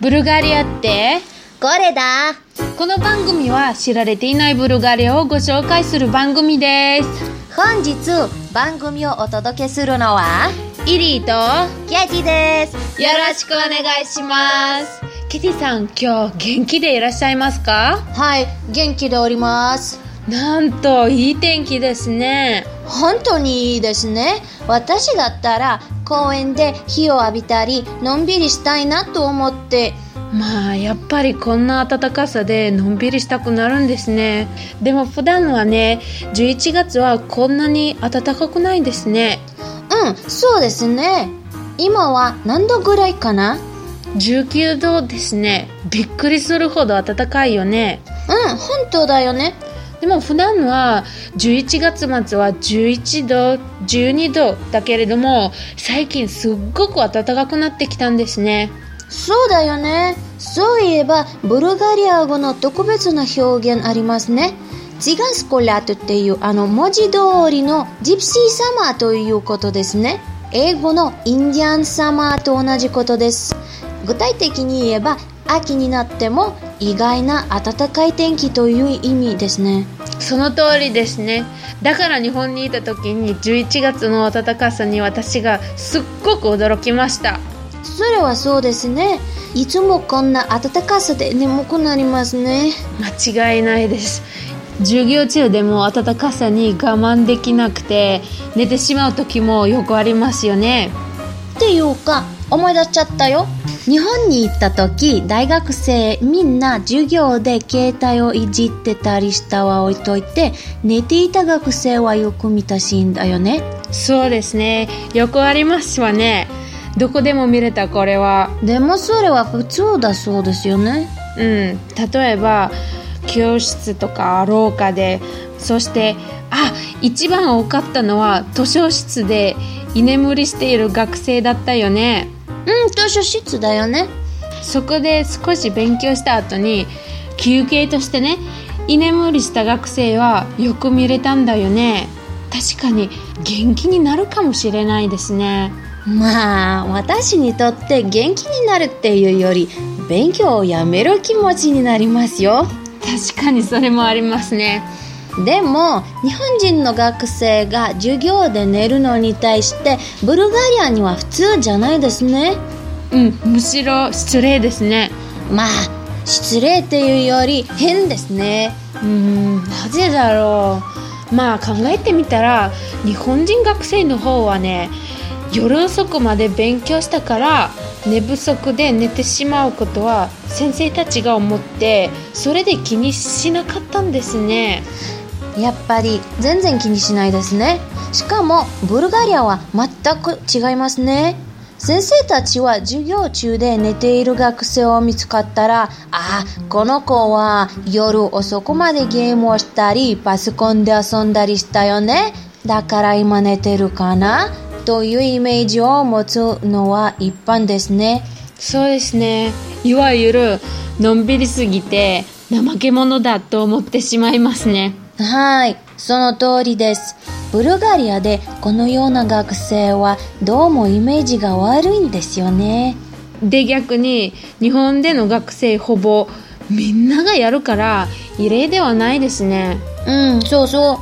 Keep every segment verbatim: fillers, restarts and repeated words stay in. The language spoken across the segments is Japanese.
ブルガリアってこれだ。 この番組は知られていないブルガリアをご紹介する番組です。 本日番組をお届けするのはイリーとケティです。 よろしくお願いします。ケティさん、今日元気でいらっしゃいますか？ はい、元気でおります。 なんといい天気ですね。 本当にいいですね。私だったら公園で日を浴びたりのんびりしたいなと思って。 まあやっぱりこんな暖かさでのんびりしたくなるんですね。でも普段はね、じゅういちがつはこんなに暖かくないですね。 うん、そうですね。今は何度ぐらいかな？ じゅうきゅうどですね。びっくりするほど暖かいよね。 うん、本当だよね。 でも普段はじゅういちがつ末はじゅういちど、じゅうにどだけれども、最近すっごく暖かくなってきたんですね。 そうだよね。そういえばブルガリア語の特別な表現ありますね。ツガンスコラトっていうあの文字通りのジプシーサマーということですね。英語のインディアンサマーと同じことです。具体的に言えば秋になっても意外な暖かい天気という意味ですね。 その通りですね。だから日本にいた時にじゅういちがつの暖かさに私がすっごく驚きました。 それはそうですね。いつもこんな暖かさで眠くなりますね。 間違いないです。授業中でも暖かさに我慢できなくて寝てしまう時もよくありますよね。 っていうか思い出しちゃったよ。日本に行った時、大学生みんな授業で携帯をいじってたりしたは置いといて、寝ていた学生はよく見たシーンだよね。 そうですね、よくありますわね。どこでも見れたこれは。 でもそれは普通だそうですよね。 うん、例えば教室とか廊下で、そしてあ、一番多かったのは図書室で居眠りしている学生だったよね。 うん、図書室だよね。 そこで少し勉強した後に休憩としてね、居眠りした学生はよく見れたんだよね。確かに元気になるかもしれないですね。 まあ私にとって元気になるっていうより勉強をやめる気持ちになりますよ。 確かにそれもありますね。 でも日本人の学生が授業で寝るのに対してブルガリアには普通じゃないですね。 うん、むしろ失礼ですね。 まあ失礼っていうより変ですね。 うーん、なぜだろう。まあ考えてみたら日本人学生の方はね、夜遅くまで勉強したから寝不足で寝てしまうことは先生たちが思ってそれで気にしなかったんですね。 やっぱり全然気にしないですね。しかもブルガリアは全く違いますね。先生たちは授業中で寝ている学生を見つかったら、あ、この子は夜遅くまでゲームをしたりパソコンで遊んだりしたよね、だから今寝てるかなというイメージを持つのは一般ですね。 そうですね、いわゆるのんびりすぎて怠け者だと思ってしまいますね。 はい、その通りです。ブルガリアでこのような学生はどうもイメージが悪いんですよね。 で逆に日本での学生ほぼみんながやるから異例ではないですね。 うん、そうそう。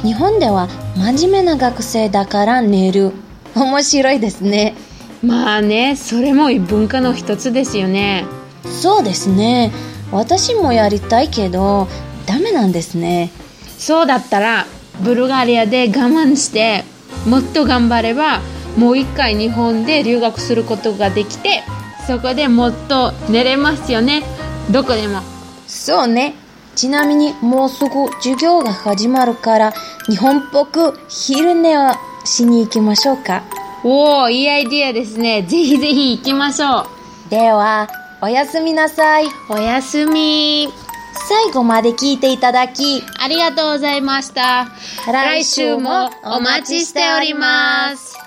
日本では真面目な学生だから寝る。面白いですね。 まあね、それも文化の一つですよね。 そうですね。私もやりたいけどダメなんですね。 そうだったらブルガリアで我慢してもっと頑張ればもう一回日本で留学することができて、そこでもっと寝れますよね、どこでも。 そうね。ちなみにもうすぐ授業が始まるから日本っぽく昼寝をしに行きましょうか。 おー、いいアイディアですね。ぜひぜひ行きましょう。 ではおやすみなさい。 おやすみ。 最後まで聞いていただきありがとうございました。来週もお待ちしております。